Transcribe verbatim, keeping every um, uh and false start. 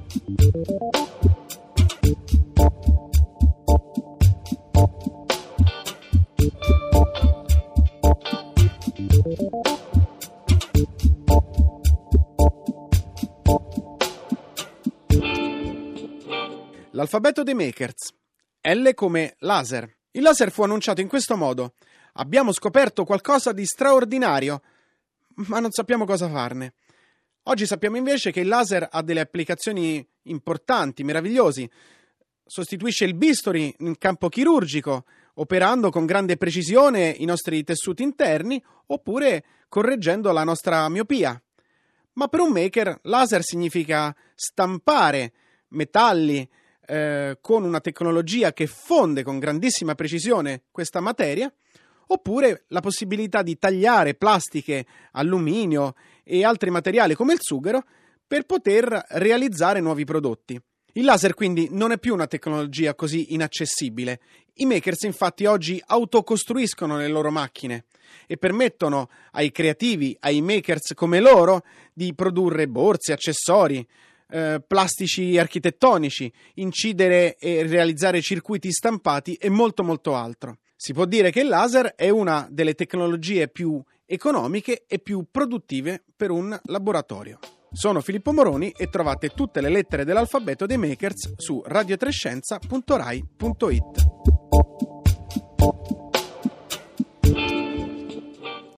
L'alfabeto dei makers. L come laser. Il laser fu annunciato in questo modo: abbiamo scoperto qualcosa di straordinario, ma non sappiamo cosa farne. Oggi sappiamo invece che il laser ha delle applicazioni importanti, meravigliosi. Sostituisce il bisturi in campo chirurgico, operando con grande precisione i nostri tessuti interni, oppure correggendo la nostra miopia. Ma per un maker laser significa stampare metalli eh, con una tecnologia che fonde con grandissima precisione questa materia, oppure la possibilità di tagliare plastiche, alluminio e altri materiali come il sughero per poter realizzare nuovi prodotti. Il laser quindi non è più una tecnologia così inaccessibile. I makers infatti oggi autocostruiscono le loro macchine e permettono ai creativi, ai makers come loro, di produrre borse, accessori, eh, plastici architettonici, incidere e realizzare circuiti stampati e molto molto altro. Si può dire che il laser è una delle tecnologie più economiche e più produttive per un laboratorio. Sono Filippo Moroni e trovate tutte le lettere dell'alfabeto dei makers su radiotrescienza punto rai punto it.